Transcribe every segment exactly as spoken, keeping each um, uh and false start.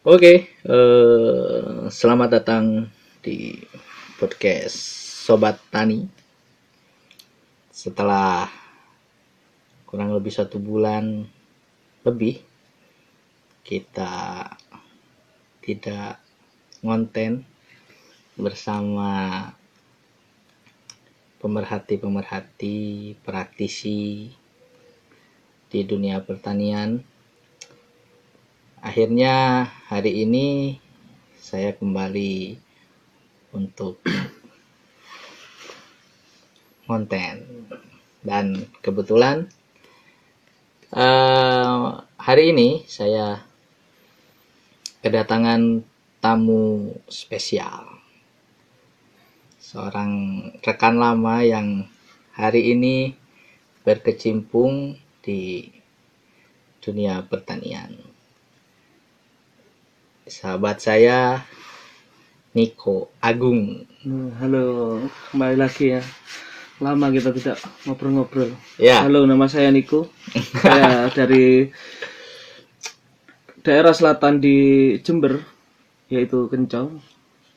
Oke, eh, selamat datang di podcast Sobat Tani. Setelah kurang lebih satu bulan lebih kita tidak ngonten bersama pemerhati-pemerhati, praktisi di dunia pertanian. Akhirnya hari ini saya kembali untuk konten dan kebetulan uh, hari ini saya kedatangan tamu spesial, seorang rekan lama yang hari ini berkecimpung di dunia pertanian. Sahabat saya Niko Agung. Halo, kembali lagi ya. Lama kita tidak ngobrol-ngobrol. Ya. Halo, nama saya Niko. Saya dari daerah selatan di Jember, yaitu Kencong.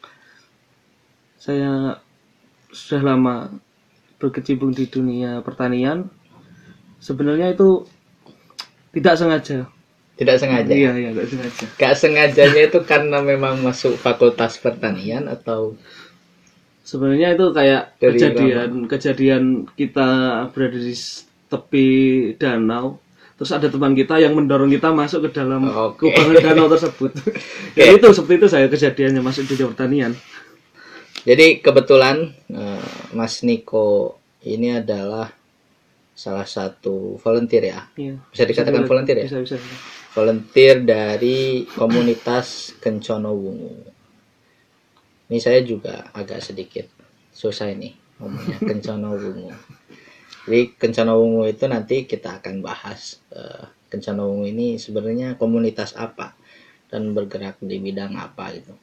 Saya sudah lama berkecimpung di dunia pertanian. Sebenarnya itu tidak sengaja. Tidak sengaja. Iya, iya, tidak sengaja. Gak sengajanya itu karena memang masuk fakultas pertanian atau sebenarnya itu kayak dari kejadian lama. kejadian kita berada di tepi danau, terus ada teman kita yang mendorong kita masuk ke dalam okay. kubangan danau tersebut. Ya itu seperti itu saya kejadiannya masuk di dunia pertanian. Jadi kebetulan Mas Niko ini adalah salah satu volunteer ya. Iya. Bisa dikatakan bisa, volunteer ya? Bisa, bisa. Volunteer dari komunitas Kencono Wungu. Ini saya juga agak sedikit susah ini ngomongnya Kencono Wungu. Jadi Kencono Wungu itu nanti kita akan bahas uh, Kencono Wungu ini sebenarnya komunitas apa dan bergerak di bidang apa gitu.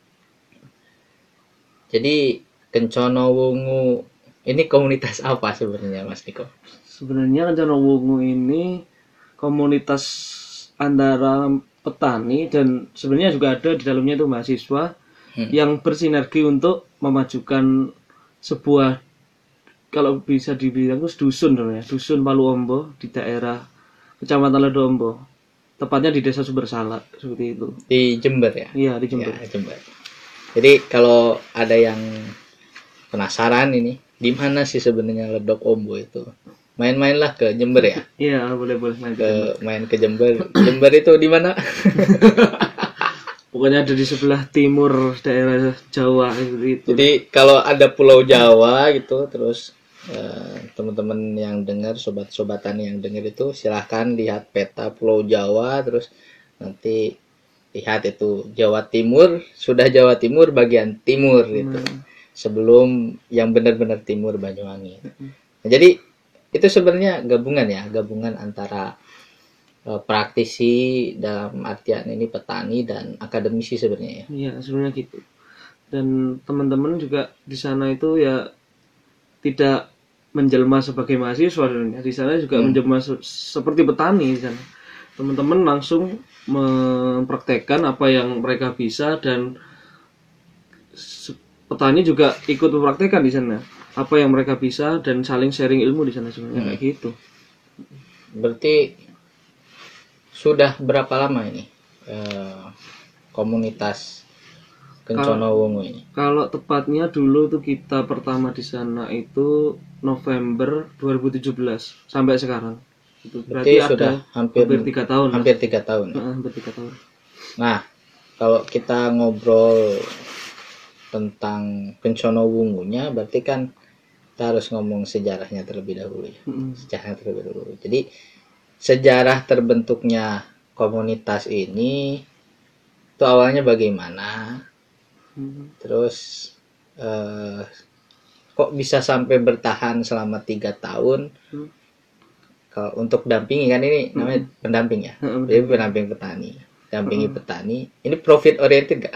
Jadi Kencono Wungu ini komunitas apa sebenarnya Mas Niko? Sebenarnya Kencono Wungu ini komunitas antara petani dan sebenarnya juga ada di dalamnya itu mahasiswa hmm. yang bersinergi untuk memajukan sebuah, kalau bisa dibilang itu dusun namanya, dusun Palu Ombo di daerah Kecamatan Ledombo, tepatnya di Desa Sumbersalak seperti itu. Di Jember ya? Iya, di Jember. Ya, Jember. Jadi kalau ada yang penasaran ini, di mana sih sebenarnya Ledok Ombo itu? Main-mainlah ke Jember ya? Iya, boleh-boleh main ke, ke main ke Jember. Jember itu di mana? Pokoknya ada di sebelah timur daerah Jawa itu. Jadi kalau ada Pulau Jawa gitu, terus eh, teman-teman yang dengar, sobat-sobatan yang dengar itu silahkan lihat peta Pulau Jawa, terus nanti lihat itu Jawa Timur, sudah Jawa Timur bagian timur gitu. Hmm. Sebelum yang benar-benar timur Banyuwangi. Nah, jadi itu sebenarnya gabungan ya, gabungan antara uh, praktisi dalam artian ini petani dan akademisi sebenarnya ya. Iya, sebenarnya gitu. Dan teman-teman juga di sana itu ya tidak menjelma sebagai mahasiswa sebenarnya. Di sana juga hmm. menjelma se- seperti petani di sana. Teman-teman langsung mempraktekkan apa yang mereka bisa dan se- petani juga ikut mempraktekkan di sana apa yang mereka bisa dan saling sharing ilmu di sana sebenarnya hmm. kayak gitu. Berarti sudah berapa lama ini eh, komunitas Kencono Wungu ini? Kalau tepatnya dulu tuh kita pertama di sana itu November dua ribu tujuh belas sampai sekarang. Itu berarti, berarti sudah ada hampir hampir tiga tahun. Hampir tiga tahun. Nah, hampir tiga tahun. Nah, kalau kita ngobrol tentang Kencono Wungunya, berarti kan kita harus ngomong sejarahnya terlebih dahulu ya. Mm-hmm. Sejarah terlebih dahulu. Jadi sejarah terbentuknya komunitas ini itu awalnya bagaimana? Mm-hmm. Terus eh, kok bisa sampai bertahan selama tiga tahun? Mm-hmm. Kalau untuk dampingi kan ini namanya mm-hmm. pendamping ya. Mm-hmm. Jadi pendamping petani. Dampingi mm-hmm. petani. Ini profit oriented gak?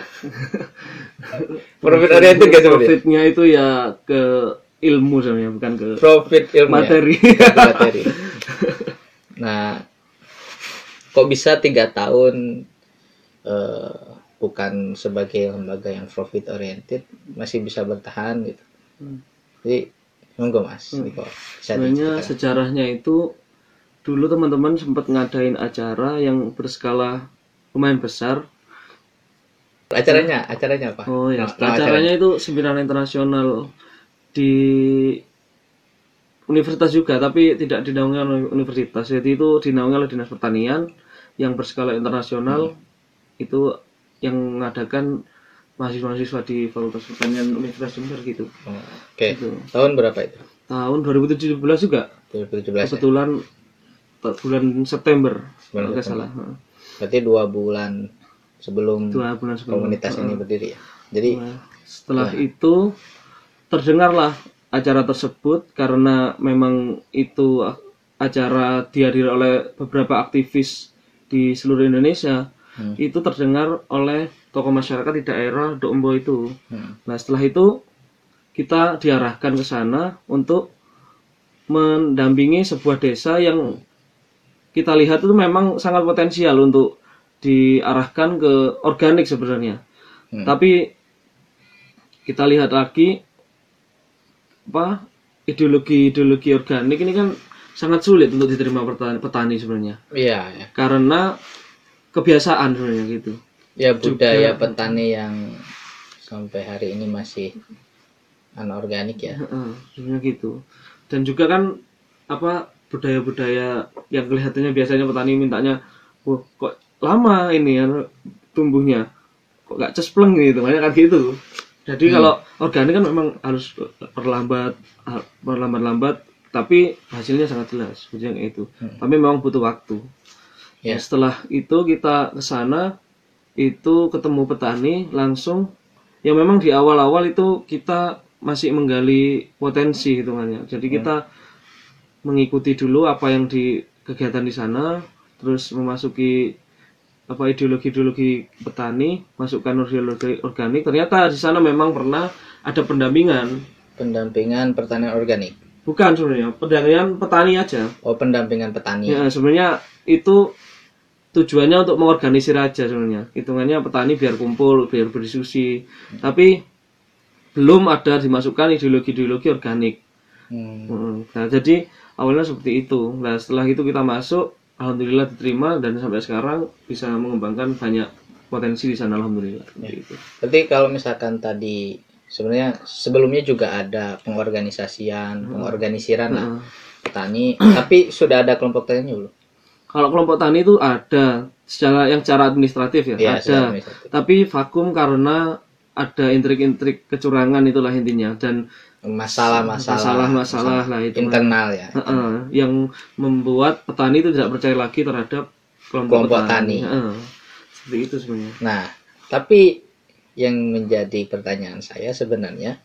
Profit oriented gak sebenarnya? Profitnya itu ya ke ilmu sebenarnya, bukan ke profit ilmu materi. Ya? Materi. Nah, kok bisa tiga tahun eh, bukan sebagai lembaga yang profit oriented masih bisa bertahan gitu. Hmm. Jadi monggo Mas Hmm. Niko, bisa Sebenarnya diceritakan. sejarahnya itu dulu teman-teman sempat ngadain acara yang berskala lumayan besar. Acaranya, acaranya apa? Oh ya, No, no, acaranya itu seminar internasional di universitas juga, tapi tidak dinaungi oleh universitas. Jadi itu dinaungi oleh Dinas Pertanian yang berskala internasional. Hmm. Itu yang mengadakan mahasiswa-mahasiswa di Fakultas Pertanian Universitas Jember gitu. Oh, Oke. Okay. Gitu. Tahun berapa itu? Tahun dua ribu tujuh belas juga. dua ribu tujuh belas. Kebetulan ya? Bulan September. Kalau nggak salah. Berarti dua bulan sebelum, dua bulan sebelum komunitas uh, ini berdiri ya. Jadi nah, setelah ya. itu terdengarlah acara tersebut karena memang itu acara dihadiri oleh beberapa aktivis di seluruh Indonesia. Hmm. Itu terdengar oleh tokoh masyarakat di daerah Dombo itu. Hmm. Nah setelah itu kita diarahkan ke sana untuk mendampingi sebuah desa yang kita lihat itu memang sangat potensial untuk diarahkan ke organik sebenarnya. Hmm. Tapi kita lihat lagi apa ideologi-ideologi organik ini kan sangat sulit untuk diterima petani, petani sebenarnya. Iya. Ya. Karena kebiasaan sebenarnya gitu. Ya budaya juga, petani yang sampai hari ini masih anorganik ya. Sebenarnya gitu. Dan juga kan apa budaya-budaya yang kelihatannya biasanya petani mintanya, wah kok lama ini ya tumbuhnya, kok gak cespleng gitu, banyak kan gitu. Jadi hmm. kalau organik kan memang harus perlambat, perlambat-lambat, tapi hasilnya sangat jelas, kayak itu. Hmm. Tapi memang butuh waktu. Yeah. Nah, setelah itu kita ke sana, itu ketemu petani langsung. Ya memang di awal-awal itu kita masih menggali potensi hitungannya. Jadi kita hmm. mengikuti dulu apa yang di kegiatan di sana, terus memasuki apa ideologi-ideologi petani, masukkan ideologi organik. Ternyata di sana memang pernah ada pendampingan. Pendampingan pertanian organik. Bukan sebenarnya, pendampingan petani aja. Oh, pendampingan petani. Ya, sebenarnya itu tujuannya untuk mengorganisir aja sebenarnya. Hitungannya petani biar kumpul, biar berdiskusi. Hmm. Tapi belum ada dimasukkan ideologi-ideologi organik. Hmm. Nah, jadi awalnya seperti itu. Nah, setelah itu kita masuk, alhamdulillah diterima dan sampai sekarang bisa mengembangkan banyak potensi di sana, alhamdulillah. Ya. Gitu. Berarti kalau misalkan tadi sebenarnya sebelumnya juga ada pengorganisasian, hmm. pengorganisiran hmm. lah petani, tapi sudah ada kelompok tani belum? Kalau kelompok tani itu ada secara yang secara administratif ya, ya ada, administratif. Tapi vakum karena ada intrik-intrik kecurangan itulah intinya dan masalah-masalah masalah lah itu internal ya. Uh -uh, yang membuat petani itu tidak percaya lagi terhadap kelompok, kelompok tani. tani. Uh, seperti itu sebenarnya. Nah, tapi yang menjadi pertanyaan saya sebenarnya,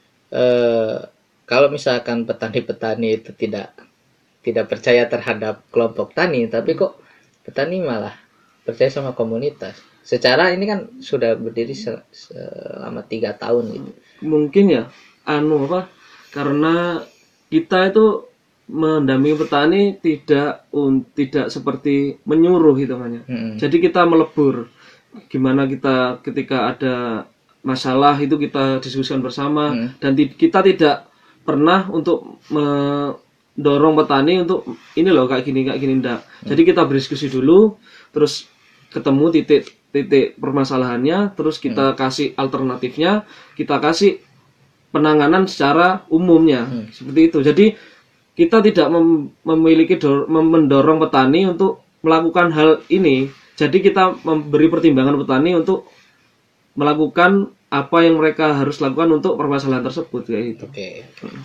eh, kalau misalkan petani-petani itu tidak tidak percaya terhadap kelompok tani, tapi kok petani malah percaya sama komunitas. Secara ini kan sudah berdiri selama tiga tahun gitu. Mungkin ya, anu apa? Karena kita itu mendampingi petani tidak un, tidak seperti menyuruh hitungannya. Hmm. Jadi kita melebur. Gimana kita ketika ada masalah itu kita diskusikan bersama hmm. dan kita tidak pernah untuk mendorong petani untuk ini loh kayak gini kayak gini enggak. Hmm. Jadi kita berdiskusi dulu, terus ketemu titik titik permasalahannya, terus kita hmm. kasih alternatifnya, kita kasih penanganan secara umumnya hmm. seperti itu. Jadi kita tidak mem memiliki dor mendorong petani untuk melakukan hal ini. Jadi kita memberi pertimbangan petani untuk melakukan apa yang mereka harus lakukan untuk permasalahan tersebut kayak gitu. Oke. Hmm.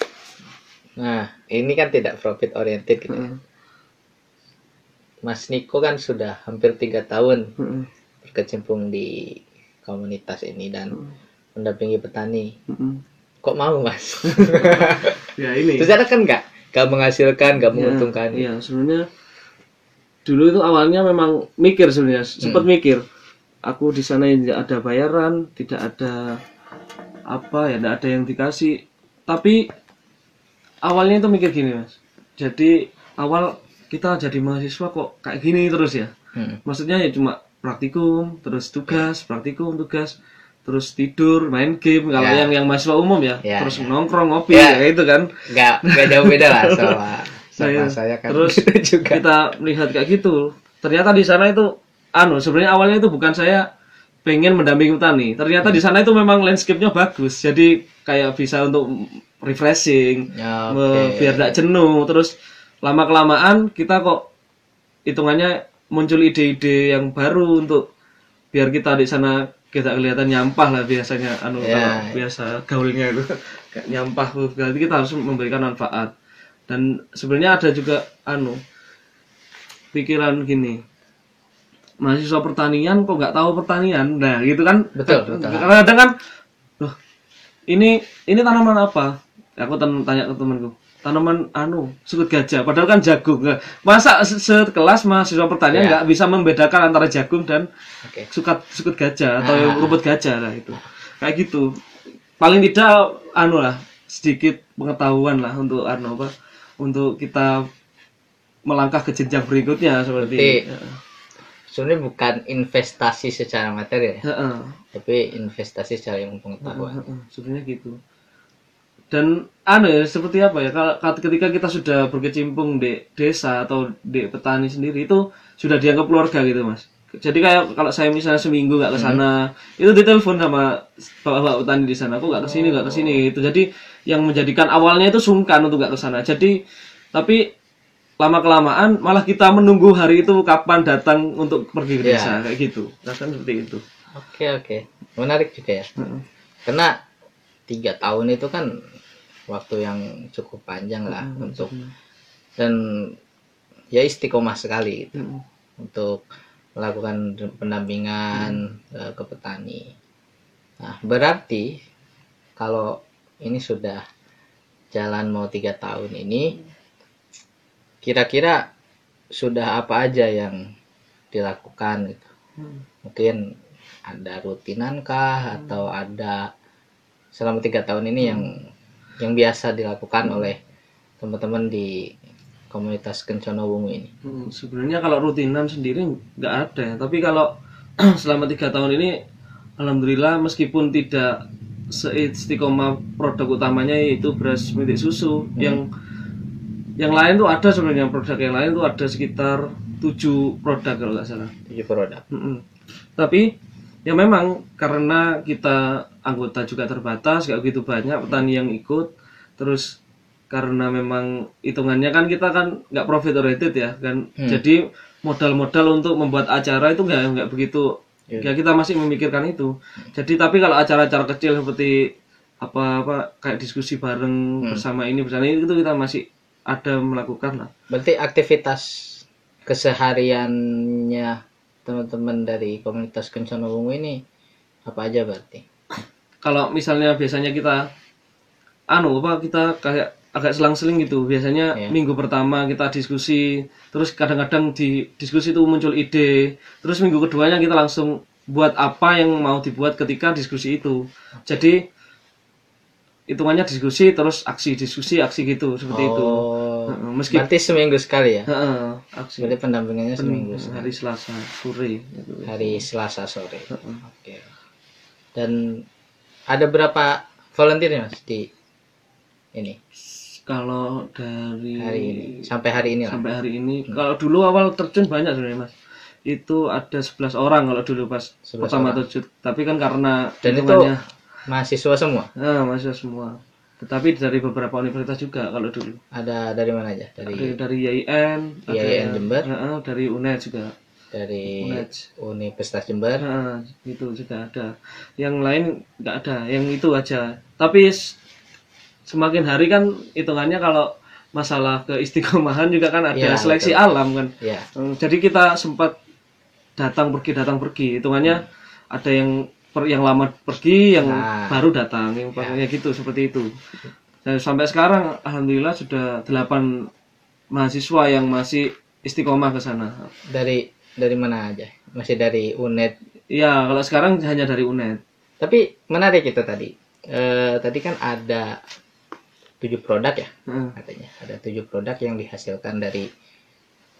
Nah, ini kan tidak profit oriented gitu. Hmm. Mas Niko kan sudah hampir tiga tahun hmm. berkecimpung di komunitas ini dan hmm. mendampingi petani. Hmm. Kok mau Mas? Ya ini. Terus ada kan nggak, nggak menghasilkan, nggak menguntungkan. Iya, ya, sebenarnya dulu itu awalnya memang mikir sebenarnya, sempat hmm. mikir. Aku di sana tidak ada bayaran, tidak ada apa ya, tidak ada yang dikasih. Tapi awalnya itu mikir gini Mas. Jadi awal kita jadi mahasiswa kok kayak gini terus ya. Hmm. Maksudnya ya cuma praktikum, terus tugas, praktikum, tugas, terus tidur, main game. Kalau Ya. yang yang mahasiswa umum ya, Ya, terus ya. nongkrong, ngopi, Ya. ya itu kan. nggak nggak jauh beda lah sama sama Saya- saya kan terus gitu juga. kita melihat kayak gitu. Ternyata di sana itu, anu, sebenarnya awalnya itu bukan saya pengen mendampingi petani. Ternyata di sana itu memang landscape-nya bagus. Jadi kayak bisa untuk refreshing, Ya, me- oke. biar tidak jenuh. Terus lama kelamaan kita kok hitungannya muncul ide-ide yang baru untuk biar kita di sana kita kelihatan nyampah lah biasanya, anu Ya. kalau biasa gaulnya itu kayak nyampah. Berarti kita harus memberikan manfaat. Dan sebenarnya ada juga anu pikiran gini, mahasiswa pertanian kok nggak tahu pertanian, nah gitu kan. Betul, betul. Karena kadang kan, loh ini ini tanaman apa, aku tan- tanya ke temanku, tanaman anu sukut gajah, padahal kan jagung. Nah, masa se- sekelas mahasiswa pertanian Ya. nggak bisa membedakan antara jagung dan Oke. sukat sukut gajah atau Ah. rumput gajah lah itu, kayak gitu. Paling tidak anu lah sedikit pengetahuan lah untuk anu apa, untuk kita melangkah ke jenjang berikutnya seperti. Berarti- Ya. Sebenarnya bukan investasi secara materi ya, Heeh. tapi investasi secara ilmu pengetahuan. Heeh, sebenarnya gitu. Dan anu ya, seperti apa ya, kalau kalau ketika kita sudah berkecimpung di desa atau di petani sendiri itu sudah dianggap keluarga gitu mas. Jadi kayak kalau saya misalnya seminggu nggak ke sana, itu ditelepon sama bapak-bapak petani di sana, aku nggak kesini nggak kesini itu. Jadi yang menjadikan awalnya itu sungkan untuk nggak ke sana. Jadi tapi lama kelamaan malah kita menunggu hari itu kapan datang untuk pergi ke desa, kayak gitu. Rasanya seperti itu. Oke oke, menarik juga ya. Heeh. Karena tiga tahun itu kan waktu yang cukup panjang lah untuk, dan ya istiqomah sekali gitu, Heeh. untuk melakukan pendampingan eh, ke petani. Nah berarti kalau ini sudah jalan mau tiga tahun ini, kira-kira sudah apa aja yang dilakukan gitu? Hmm. Mungkin ada rutinankah atau ada selama tiga tahun ini yang yang biasa dilakukan oleh teman-teman di komunitas Kencono Wungu ini? Hmm, sebenarnya kalau rutinan sendiri nggak ada ya. Tapi kalau selama tiga tahun ini, alhamdulillah meskipun tidak seistiqomah produk utamanya yaitu beras mitik susu, yang yang lain tuh ada sebenarnya, produk yang lain tuh ada sekitar tujuh produk kalau nggak salah. Tujuh produk. Mm-mm. Tapi ya memang karena kita anggota juga terbatas, gak begitu banyak petani yang ikut. Terus karena memang hitungannya kan kita kan nggak profit oriented ya kan, jadi modal-modal untuk membuat acara itu nggak nggak begitu. Ya kita masih memikirkan itu. Jadi tapi kalau acara-acara kecil seperti apa-apa kayak diskusi bareng bersama ini bersama ini itu kita masih ada melakukan lah. Berarti aktivitas kesehariannya teman-teman dari komunitas Kencono Wungu ini apa aja berarti? Kalau misalnya biasanya kita anu apa kita kayak agak selang-seling gitu, biasanya Ya. minggu pertama kita diskusi, terus kadang-kadang di diskusi itu muncul ide, terus minggu keduanya kita langsung buat apa yang mau dibuat ketika diskusi itu. Jadi hitungannya diskusi terus aksi, diskusi aksi gitu, seperti itu. Oh, Heeh, meski- berarti seminggu sekali ya? Heeh, aksi Berarti pendampingannya seminggu sekali. hari Selasa sore gitu. Hari Selasa sore. Oke. Dan ada berapa volunteer mas di ini Kalau dari hari ini sampai hari ini lah? sampai hari ini, kalau dulu awal terjun banyak sebenarnya mas, itu ada sebelas orang kalau dulu pas sebelas pertama orang. terjun. Tapi kan karena Dan itu hitungannya, mahasiswa semua? nah, masih semua. Tetapi dari beberapa universitas juga kalau dulu. Ada dari mana aja? Dari Dari dari I A I N, I A I N Jember? Heeh, dari U N E D juga. dari Unej. Universitas Jember? Nah, itu juga ada. Yang lain nggak ada, yang itu aja. Tapi s- semakin hari kan hitungannya kalau masalah keistiqomahan juga kan ada Ya, seleksi betul. alam kan. Ya. Hmm, Jadi kita sempat datang pergi datang pergi. Hitungannya ada yang per, yang lama pergi, yang Nah. baru datang, yang ya. gitu seperti itu. Dan sampai sekarang alhamdulillah sudah delapan mahasiswa yang masih istiqomah ke sana. Dari dari mana aja? Masih dari U N E D. Iya, kalau sekarang hanya dari U N E D. Tapi menarik itu tadi. Eh, tadi kan ada tujuh produk ya Heeh. katanya. Ada tujuh produk yang dihasilkan dari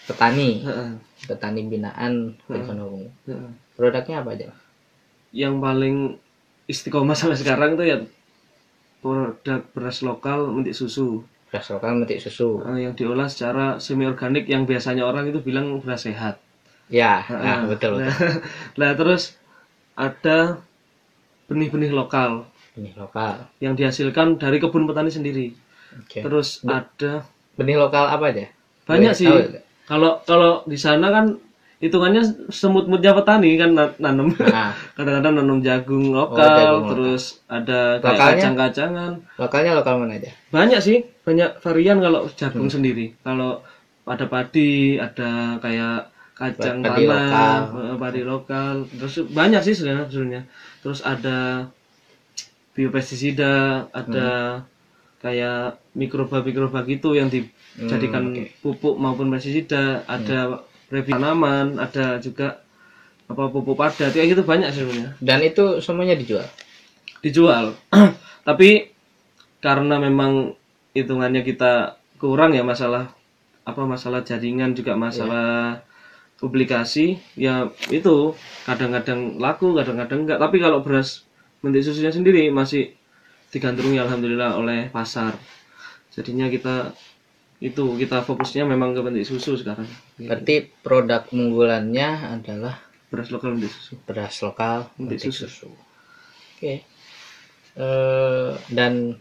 petani, Heeh. petani binaan Heeh. Penconowungu. Heeh. Produknya apa aja? Yang paling istiqomah sampai sekarang tuh ya produk beras lokal mentik susu. Beras lokal metik susu. Eh, yang diolah secara semi organik yang biasanya orang itu bilang beras sehat. Ya, Heeh. nah, betul betul. Nah, nah, terus ada benih-benih lokal Benih lokal. yang dihasilkan dari kebun petani sendiri. Oke. Terus Be- ada Benih lokal apa aja? banyak Boleh sih. tahu nggak? Kalau kalau di sana kan hitungannya semut-mutnya petani kan na- nanam. Nah, Kadang-kadang nanam jagung lokal, Oh, jagung lokal. terus ada kayak Lokalnya? kacang-kacangan. lokalnya lokal mana aja? Banyak sih, banyak varian kalau jagung Hmm. sendiri. Kalau ada padi, ada kayak kacang Padi tanah, lokal. eh, padi lokal. Terus banyak sih sebenarnya sebenarnya. Terus ada biopestisida, ada Hmm. kayak mikroba-mikroba gitu yang dijadikan Hmm, oke. pupuk maupun pestisida, ada revi tanaman, ada juga apa pupuk padat, kayak gitu banyak sih sebenarnya. Dan itu semuanya dijual. Dijual. Tapi karena memang hitungannya kita kurang ya masalah apa masalah jaringan juga masalah publikasi ya itu kadang-kadang laku kadang-kadang enggak, tapi kalau beras mentik susunya sendiri masih digandrungi alhamdulillah oleh pasar, jadinya kita itu kita fokusnya memang ke mentik susu sekarang. Berarti produk unggulannya adalah Beras lokal mentik susu. beras lokal Mentik metik susu. susu. Oke. Eh, dan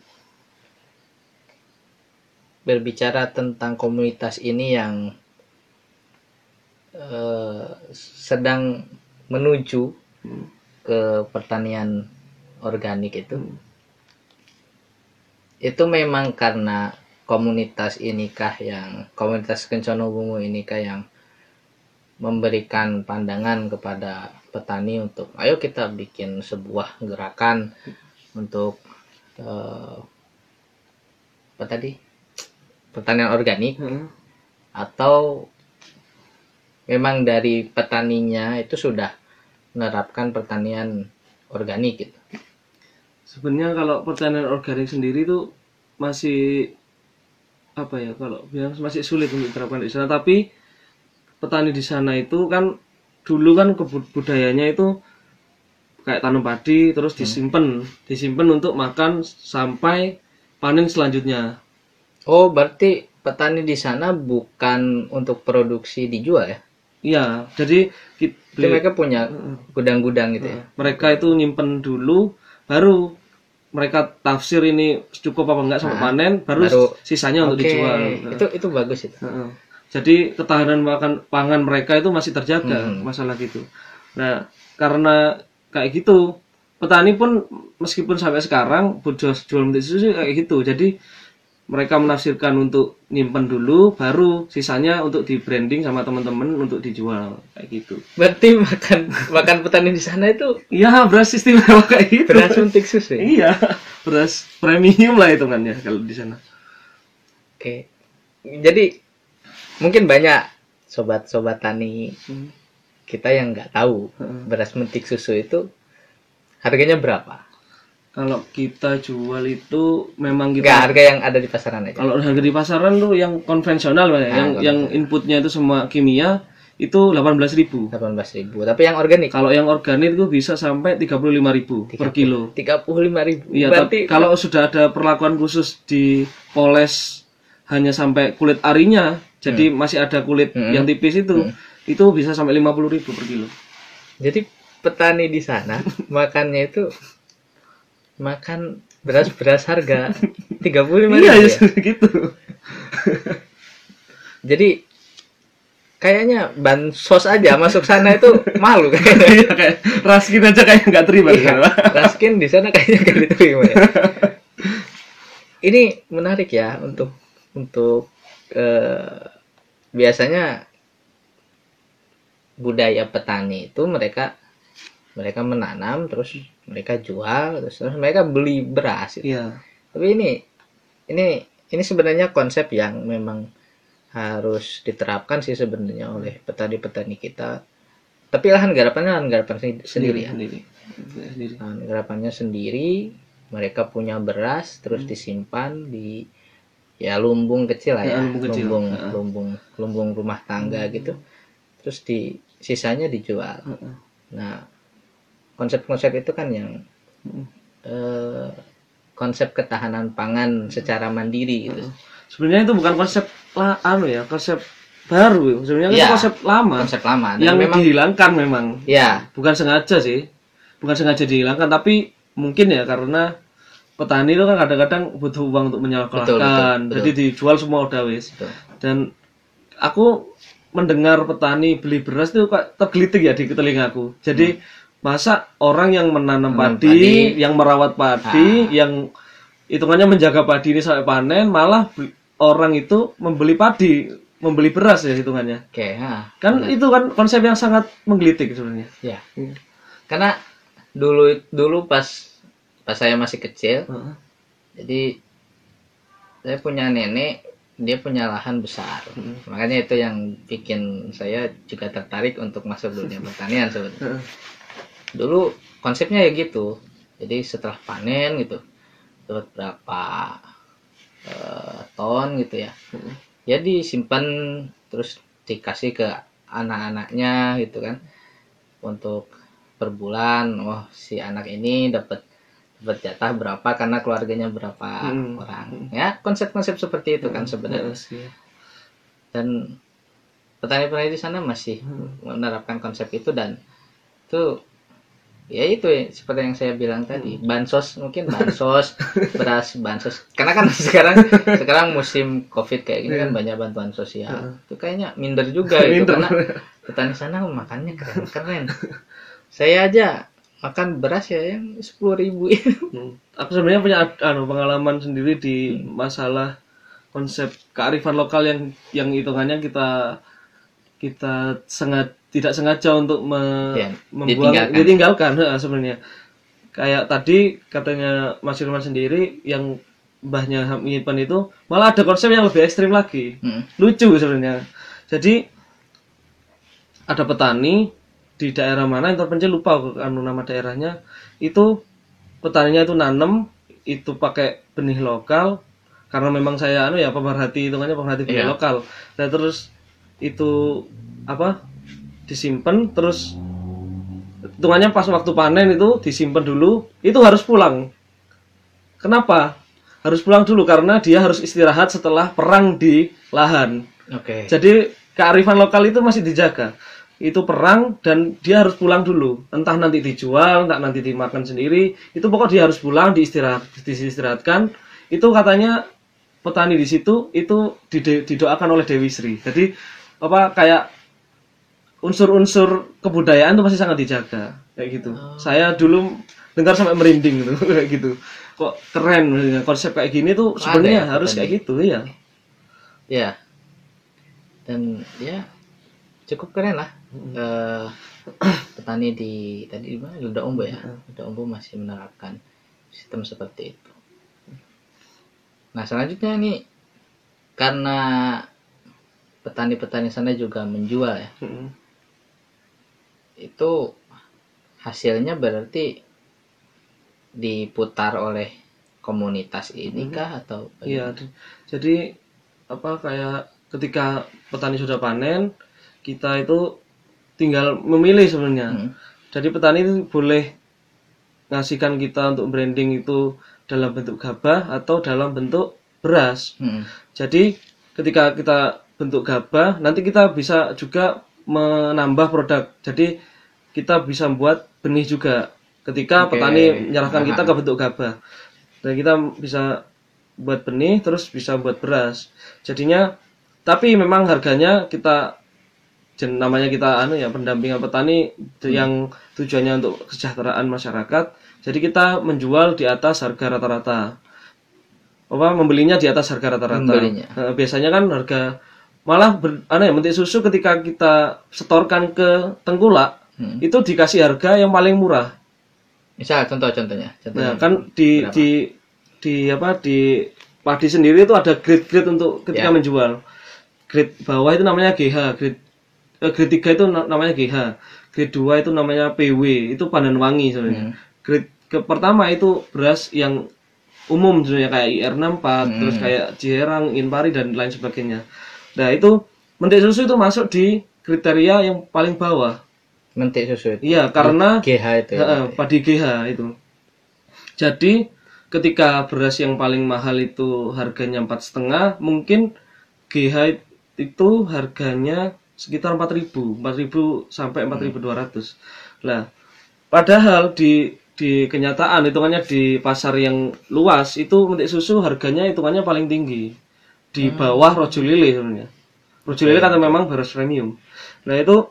berbicara tentang komunitas ini yang eh, sedang menuju ke pertanian organik itu, itu memang karena komunitas inikah yang komunitas Kenconowungu inikah yang memberikan pandangan kepada petani untuk ayo kita bikin sebuah gerakan untuk eh, apa tadi pertanian organik, Heeh. atau memang dari petaninya itu sudah menerapkan pertanian organik gitu. Sebenarnya kalau pertanian organik sendiri tuh masih apa ya kalau bilang masih sulit untuk diterapkan di sana, tapi petani di sana itu kan dulu kan kebud- budayanya itu kayak tanam padi terus disimpan disimpan untuk makan sampai panen selanjutnya. Oh, berarti petani di sana bukan untuk produksi dijual ya? Iya, jadi ki- Jadi mereka punya gudang-gudang gitu ya? mereka itu nyimpen dulu, baru mereka tafsir ini cukup apa enggak sampai panen, baru, baru- sisanya untuk Oke, dijual. itu itu bagus itu. Heeh. Jadi ketahanan makan pangan mereka itu masih terjaga Hmm. masalah gitu. Nah, karena kayak gitu, petani pun meskipun sampai sekarang jual jual mentik susu kayak gitu. Jadi mereka menafsirkan untuk nyimpen dulu, baru sisanya untuk di branding sama teman-teman untuk dijual kayak gitu. Berarti makan makan petani di sana itu Iya, beras istimewa kayak gitu. beras metik susu ya? Iya, beras premium lah hitungannya kalau di sana. Oke. Jadi mungkin banyak sobat-sobat tani Hmm. kita yang nggak tahu Heeh. beras metik susu itu harganya berapa? Kalau kita jual itu memang Nggak, kita harga yang ada di pasaran aja. kalau harga di pasaran tuh yang konvensional Pak, ya, Nah, yang yang inputnya itu semua kimia itu delapan belas ribu. delapan belas ribu. Tapi yang organik Kalau yang organik itu bisa sampai tiga puluh lima ribu per kilo. tiga puluh lima ribu. Iya, Berarti tapi kalau sudah ada perlakuan khusus di poles hanya sampai kulit arinya, jadi masih ada kulit Hmm. yang tipis itu, itu bisa sampai lima puluh ribu per kilo. jadi petani di sana makannya itu makan beras-beras harga tiga puluh lima ribu Iya, ya? ya, gitu. Jadi kayaknya bansos aja masuk sana itu malu kayaknya. Iya, kayak Raskin aja kayak nggak terima di sana. Raskin di sana kayaknya gak diterima ya. Ini menarik ya untuk untuk eh, biasanya budaya petani itu mereka mereka menanam terus mereka jual terus, terus mereka beli beras gitu. Iya. Tapi ini ini ini sebenarnya konsep yang memang harus diterapkan sih sebenarnya oleh petani-petani kita. Tapi lahan garapannya lahan garapan sendiri ya. Sendiri. Sendiri. Lahan garapannya sendiri, mereka punya beras terus disimpan di ya lumbung kecil lah ya, ya lumbung kecil. lumbung, uh. lumbung lumbung rumah tangga hmm. gitu, terus di sisanya dijual. uh. Nah konsep-konsep itu kan yang hmm. eh, konsep ketahanan pangan secara mandiri gitu. uh. Sebenarnya itu bukan konsep lah, anu ya, konsep baru. Sebenarnya ya, itu konsep lama. Konsep lama. Dan yang memang dihilangkan memang. Ya. Bukan sengaja sih. Bukan sengaja dihilangkan, tapi mungkin ya karena petani itu kan kadang-kadang butuh uang untuk menyekolahkan. Jadi dijual semua udah wis. Betul. Dan aku mendengar petani beli beras itu kok tergelitik ya di telingaku. Jadi hmm. masa orang yang menanam padi, padi, yang merawat padi, ah. yang hitungannya menjaga padi ini sampai panen, malah orang itu membeli padi, membeli beras ya hitungannya. Oke, ha, kan benar. Itu kan konsep yang sangat menggelitik sebenarnya. Ya. Hmm. Karena dulu dulu pas pas saya masih kecil, uh-huh. jadi saya punya nenek, dia punya lahan besar. Uh-huh. Makanya itu yang bikin saya juga tertarik untuk masuk dunia pertanian sebenarnya. Uh-huh. Dulu konsepnya ya gitu. Jadi setelah panen gitu, dapat berapa Uh, ton gitu ya, hmm. ya disimpan terus dikasih ke anak-anaknya gitu kan, untuk per bulan. Oh si anak ini dapat dapat jatah berapa karena keluarganya berapa hmm. orang, ya konsep-konsep seperti itu kan hmm. sebenarnya. Dan petani-petani di sana masih hmm. menerapkan konsep itu, dan itu ya itu ya, seperti yang saya bilang tadi, bansos, mungkin bansos beras bansos, karena kan sekarang sekarang musim covid kayak gini kan banyak bantuan sosial, itu kayaknya minder juga itu, karena petani sana makannya keren keren. Saya aja makan beras ya yang sepuluh ribu. Aku sebenarnya punya anu pengalaman sendiri di masalah konsep kearifan lokal yang yang hitungannya kita kita sangat tidak sengaja untuk me, ya, membuang ditinggalkan, ditinggalkan ya, sebenarnya. Kayak tadi katanya Mas Firman sendiri, yang mbahnya Hamipan itu malah ada konsep yang lebih ekstrim lagi. Hmm. Lucu sebenarnya. Jadi ada petani di daerah mana yang terpencil, lupa anu nama daerahnya, itu petaninya itu nanam itu pakai benih lokal, karena memang saya anu ya pemerhati hitungannya pemerhati benih yeah. lokal. Dan terus itu apa? Disimpan, terus hitungannya pas waktu panen itu disimpan dulu, itu harus pulang. Kenapa? Harus pulang dulu karena dia harus istirahat setelah perang di lahan. Oke. Okay. Jadi kearifan lokal itu masih dijaga. Itu perang dan dia harus pulang dulu. Entah nanti dijual, entah nanti dimakan sendiri. Itu pokok dia harus pulang, diistirahat, diistirahatkan. Itu katanya petani di situ itu didoakan oleh Dewi Sri. Jadi apa kayak unsur-unsur kebudayaan itu masih sangat dijaga kayak gitu. Oh. Saya dulu dengar sampai merinding gitu kayak gitu. Kok keren konsep kayak gini tuh sebenarnya ya, harus kayak gitu ya. Ya. Dan ya cukup keren lah. Hmm. Uh, petani di tadi di mana? Luda Ombo ya. Luda Ombo masih menerapkan sistem seperti itu. Nah, selanjutnya nih karena petani-petani sana juga menjual ya. Hmm. Itu hasilnya berarti diputar oleh komunitas ini kah hmm. atau iya, jadi apa kayak ketika petani sudah panen, kita itu tinggal memilih sebenarnya. Hmm. Jadi petani itu boleh ngasihkan kita untuk branding itu dalam bentuk gabah atau dalam bentuk beras. Hmm. Jadi ketika kita bentuk gabah, nanti kita bisa juga menambah produk. Jadi kita bisa membuat benih juga ketika okay. petani menyerahkan kita ke bentuk gabah. Dan kita bisa buat benih terus bisa buat beras. Jadinya tapi memang harganya kita namanya kita anu ya pendampingan petani hmm. yang tujuannya untuk kesejahteraan masyarakat. Jadi kita menjual di atas harga rata-rata. Apa membelinya di atas harga rata-rata. Nah, biasanya kan harga malah ber, anu ya mentik susu ketika kita setorkan ke tengkulak hmm. itu dikasih harga yang paling murah. Misal contoh-contohnya. Contohnya nah, kan di berapa? di di apa di padi sendiri itu ada grade-grade untuk ketika yeah. menjual. Grade bawah itu namanya G H, grade eh, grade tiga itu namanya G H. Grade dua itu namanya P W, itu pandan wangi sebenarnya. Hmm. Grade ke pertama itu beras yang umum sebenarnya kayak I R enam puluh empat, Hmm. terus kayak Ciherang, Inpari dan lain sebagainya. Nah itu mentik susu itu masuk di kriteria yang paling bawah. Mentik susu itu. Iya, karena G H itu ya. Heeh, padi G H itu. Jadi ketika beras yang paling mahal itu harganya empat setengah, mungkin G H itu harganya sekitar empat ribu, empat ribu sampai empat ribu dua ratus. Lah, padahal di di kenyataan hitungannya di pasar yang luas itu mentik susu harganya hitungannya paling tinggi di bawah Rojo Lele sebenarnya. Rojo Lele kan memang beras premium. Nah itu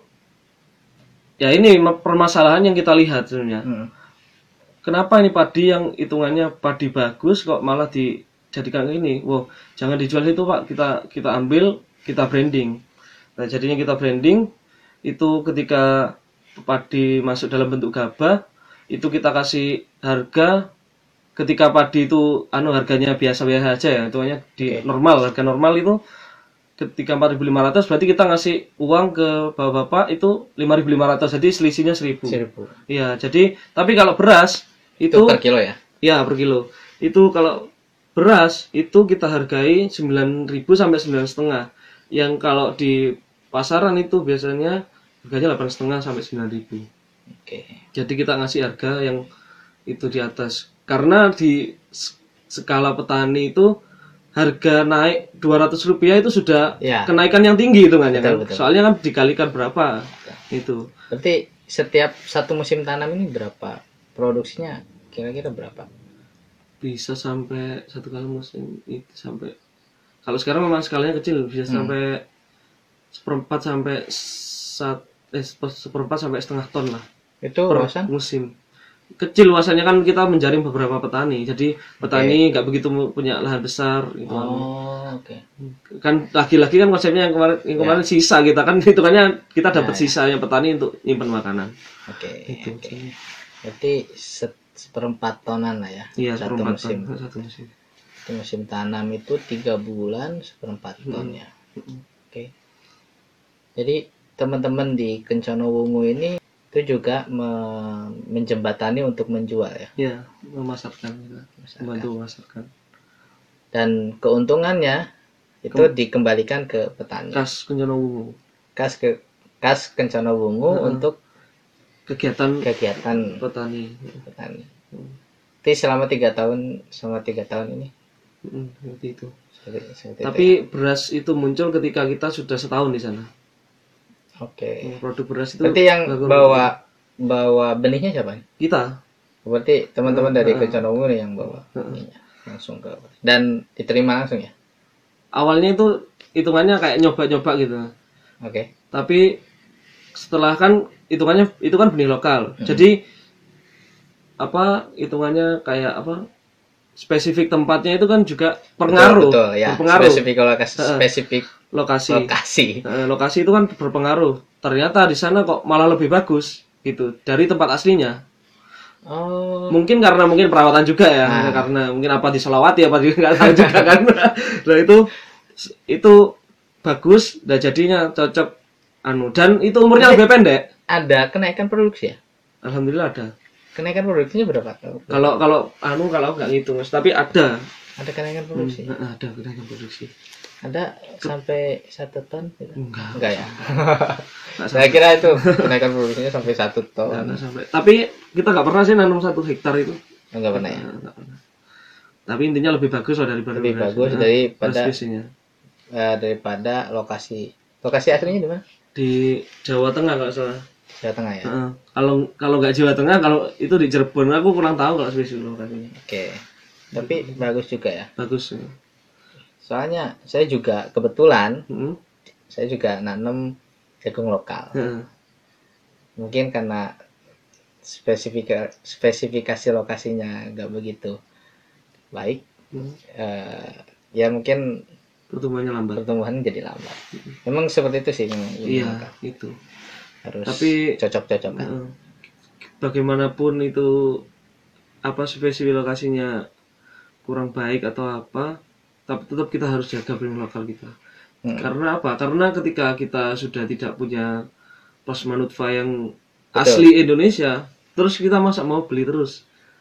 ya ini permasalahan yang kita lihat sebenarnya. Hmm. Kenapa ini padi yang hitungannya padi bagus kok malah dijadikan ini? Wow, jangan dijual itu Pak, kita kita ambil, kita branding. Nah, jadinya kita branding itu ketika padi masuk dalam bentuk gabah, itu kita kasih harga ketika padi itu anu harganya biasa-biasa aja ya, hitungannya di normal, harga normal itu ketika empat ribu lima ratus berarti kita ngasih uang ke bapak-bapak itu lima ribu lima ratus, jadi selisihnya seribu. seribu. Iya, jadi tapi kalau beras itu, Itu per kilo ya? ya per kilo. Itu kalau beras itu kita hargai sembilan ribu sampai sembilan setengah. Yang kalau di pasaran itu biasanya harganya delapan setengah sampai sembilan ribu. Oke. Jadi kita ngasih harga yang itu di atas. Karena di skala petani itu harga naik dua ratus rupiah itu sudah Ya. kenaikan yang tinggi hitungannya Betul, kan. betul. Soalnya kan dikalikan berapa itu. Berarti setiap satu musim tanam ini berapa? Produksinya kira-kira berapa? Bisa sampai satu kali musim itu sampai kalau sekarang memang skalanya kecil bisa sampai seperempat sampai sat, eh, seperempat sampai setengah ton lah Itu per luasan? musim. Kecil luasannya kan kita menjaring beberapa petani, jadi petani nggak begitu punya lahan besar gitu. Oh, oke. Kan lagi-lagi kan konsepnya yang kemarin yang kemarin sisa kita kan hitungannya kita dapat sisanya petani untuk nyimpan makanan. Oke. Gitu. Oke. Berarti se- seperempat tonan lah ya. Iya, satu seperempat musim. ton satu musim. Satu musim tanam itu tiga bulan seperempat ton ya. Oke. Jadi teman-teman di Kencono Wungu ini itu juga me- menjembatani untuk menjual ya. Ya, memasarkan kita, membantu memasarkan. Dan keuntungannya itu dikembalikan ke petani. Kas Kencono Wungu. Kas ke kas Kencono Wungu untuk Kegiatan kegiatan petani. petani. Jadi selama tiga tahun selama tiga tahun ini. Mm, seperti itu. Seperti, seperti Tapi itu. beras itu muncul ketika kita sudah setahun di sana. Oke. Produk beras itu Berarti yang bagus. bawa bawa benihnya siapa? kita. Berarti teman-teman dari Kencono Wungu nih yang bawa benihnya langsung ke dan diterima langsung ya. Awalnya itu hitungannya kayak nyoba-nyoba gitu. Oke. Tapi setelah kan hitungannya itu kan benih lokal. Jadi apa hitungannya kayak apa? Spesifik tempatnya itu kan juga pengaruh. Betul, betul ya. Berpengaruh. Spesifik lokasi, spesifik Lokasi. lokasi. Eh, lokasi itu kan berpengaruh. Ternyata di sana kok malah lebih bagus gitu dari tempat aslinya. Oh, Mungkin karena mungkin perawatan juga ya, Nah. karena mungkin apa diselawati apa juga nggak tahu juga kan. Nah itu itu bagus, dan jadinya cocok anu dan itu umurnya lebih pendek. ada kenaikan produksi ya? Alhamdulillah ada. Kenaikan produksinya berapa? Kalau kalau anu kalau nggak ngitung, Mas, tapi ada. Ada kenaikan produksi. Nah, ada kenaikan produksi. Ada sampai satu ton? Gitu? Enggak. Enggak ya. Nggak Saya kira itu kenaikan produksinya sampai satu ton. Nggak sampai. Tapi kita nggak pernah sih nanam satu hektar itu. Enggak pernah ya. Nah, nggak pernah. Tapi intinya lebih bagus lah daripada Lebih beras. bagus Nah, daripada beras biasanya. eh, daripada lokasi. Lokasi aslinya di mana? Di Jawa Tengah kalau salah. Jawa Tengah ya. Heeh. Kalau kalau nggak Jawa Tengah, kalau itu di Cirebon, aku kurang tahu kalau spesies lokasinya. Oke. Tapi bagus juga ya. Bagus. Soalnya saya juga kebetulan Heeh. saya juga nanam jagung lokal. Heeh. Mungkin karena spesifika, spesifikasi lokasinya nggak begitu baik. Hmm. Eh, ya mungkin Pertumbuhannya lambat. pertumbuhan jadi lambat. Memang seperti itu sih memang. Iya, itu. Harus Tapi- cocok-cocokan. Heeh. Bagaimanapun itu apa spesifik lokasinya kurang baik atau apa, tapi tetap kita harus jaga brand lokal kita. Hmm. Karena apa? Karena ketika kita sudah tidak punya pos manutfa yang asli Indonesia, terus kita masa mau beli terus.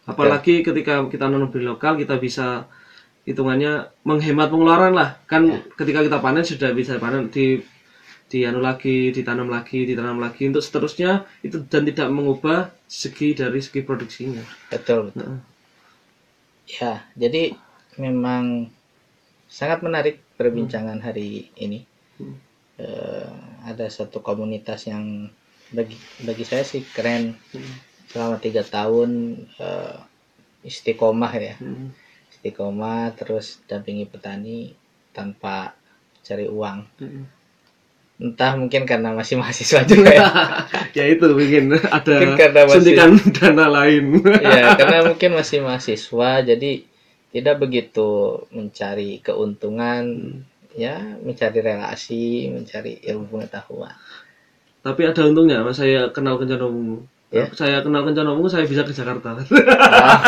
Apalagi ketika kita nanam benih lokal, kita bisa hitungannya menghemat pengeluaran lah. Kan ya. Ketika kita panen sudah bisa panen di di anu lagi, ditanam lagi, ditanam lagi untuk seterusnya itu, dan tidak mengubah segi dari segi produksinya. Betul. betul. Nah. Ya, jadi memang sangat menarik perbincangan hmm. hari ini. Hmm. Uh, ada satu komunitas yang bagi bagi saya sih keren. Hmm. Selama tiga tahun uh, istiqomah ya. Hmm. Istiqomah terus dampingi petani tanpa cari uang. Hmm. Entah mungkin karena masih mahasiswa juga ya. Ya itu mungkin ada suntikan masih, dana lain. Ya karena mungkin masih mahasiswa jadi tidak begitu mencari keuntungan, hmm. ya mencari relasi, mencari ilmu pengetahuan. Tapi ada untungnya, mas saya kenal Kencana Wungu. Ya? Saya kenal Kencana Wungu, saya bisa ke Jakarta. Oh.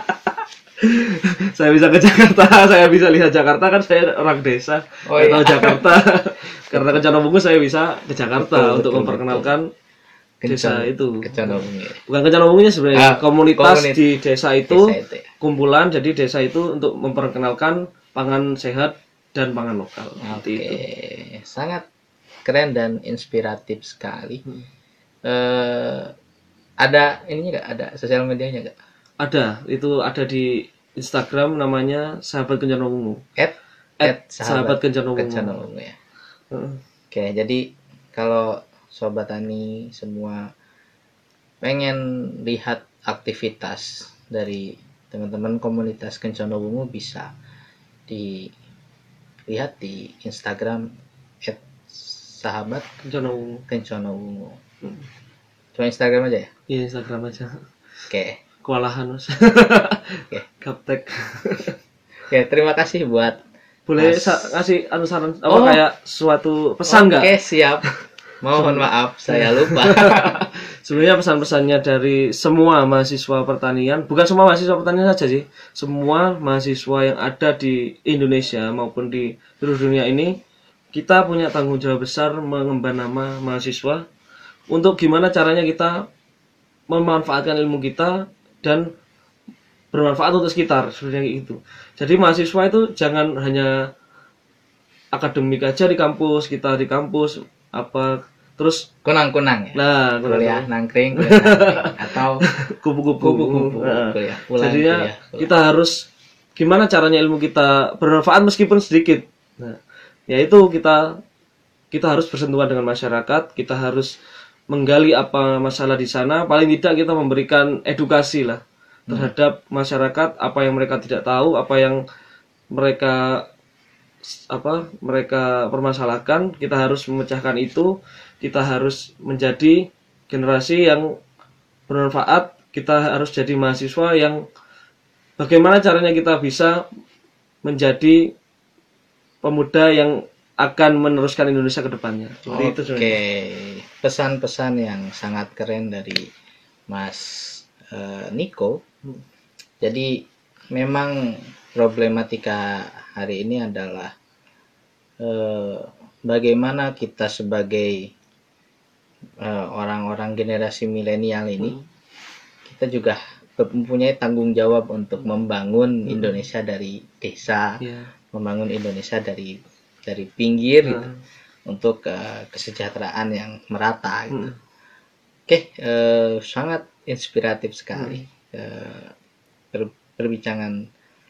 Saya bisa ke Jakarta, saya bisa lihat Jakarta, kan saya orang desa, oh, iya. Tahu Jakarta. Karena Kencana Wungu saya bisa ke Jakarta betul, untuk betul, memperkenalkan betul. Desa Kencana, itu. Kencana Wungu. Bukan Kencana Wungunya sebenarnya, ah, komunitas, komunitas di desa itu, desa itu ya. Kumpulan, jadi desa itu untuk memperkenalkan pangan sehat dan pangan lokal. Oke, itu. Sangat keren dan inspiratif sekali. Hmm. Uh, ada ininya nggak? Ada sosial medianya nggak? Ada, itu ada di Instagram namanya Sahabat Kencana Wungu. At, at Sahabat Kencana Wungu. Kencana Wungu ya. Hmm. Oke, jadi kalau Sobat Tani semua pengen lihat aktivitas dari teman-teman komunitas Kencana Wungu bisa dilihat di Instagram at Sahabat Kencana Wungu. Kencana Wungu. Hmm. Cuma Instagram aja ya? Iya, Instagram aja. Oke. Kewalahan mas. Oke. Gaptek. Oke, terima kasih buat boleh mas... sa- ngasih anu saran apa oh. kayak suatu pesan nggak? Oke, siap. Mohon maaf saya lupa. Sebenarnya pesan-pesannya dari semua mahasiswa pertanian, bukan semua mahasiswa pertanian saja sih, semua mahasiswa yang ada di Indonesia maupun di seluruh dunia ini, kita punya tanggung jawab besar mengemban nama mahasiswa untuk gimana caranya kita memanfaatkan ilmu kita dan bermanfaat untuk sekitar, sebenarnya itu. Jadi mahasiswa itu jangan hanya akademik aja di kampus, kita di kampus apa terus kunang-kunang ya. Nah, kuliah nangkring, kuliah nangkring atau kupu-kupu. kupu-kupu nah, kuliah pulang. Jadinya kuliah, pulang. Kita harus gimana caranya ilmu kita bermanfaat meskipun sedikit. Nah, yaitu kita kita harus bersentuhan dengan masyarakat, kita harus menggali apa masalah di sana, paling tidak kita memberikan edukasi lah terhadap masyarakat, apa yang mereka tidak tahu, apa yang mereka apa mereka permasalahkan, kita harus memecahkan itu, kita harus menjadi generasi yang bermanfaat, kita harus jadi mahasiswa yang bagaimana caranya kita bisa menjadi pemuda yang akan meneruskan Indonesia ke depannya. Oke, itu pesan-pesan yang sangat keren dari Mas uh, Niko. Hmm. Jadi memang problematika hari ini adalah uh, bagaimana kita sebagai uh, orang-orang generasi milenial ini, hmm. kita juga mempunyai tanggung jawab untuk membangun hmm. Indonesia dari desa, yeah. membangun Indonesia dari dari pinggir hmm. gitu, untuk uh, kesejahteraan yang merata gitu. Hmm. Oke, uh, sangat inspiratif sekali hmm. uh, per- perbincangan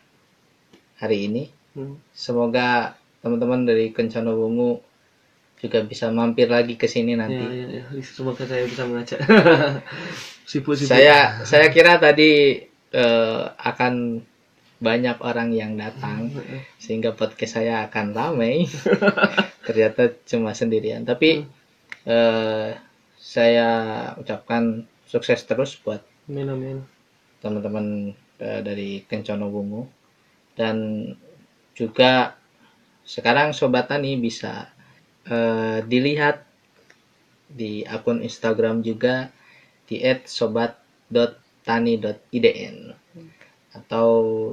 hari ini. Hmm. Semoga teman-teman dari Kencana Wungu juga bisa mampir lagi ke sini nanti. Ya, ya, ya. Semoga saya bisa mengajak. Sibuk-sibuk. Saya saya kira tadi uh, akan banyak orang yang datang sehingga podcast saya akan ramai. Ternyata cuma sendirian. Tapi uh, saya ucapkan sukses terus buat amin, amin. teman-teman uh, dari Kencana Wungu, dan juga sekarang Sobat Tani bisa uh, dilihat di akun Instagram juga di et sobat dot tani dot i d n, atau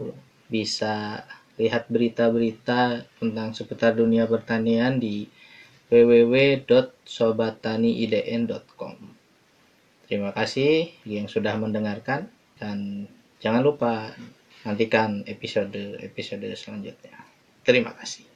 bisa lihat berita-berita tentang seputar dunia pertanian di w w w dot sobat tani i d n dot com. Terima kasih yang sudah mendengarkan, dan Jangan lupa nantikan episode episode selanjutnya. Terima kasih.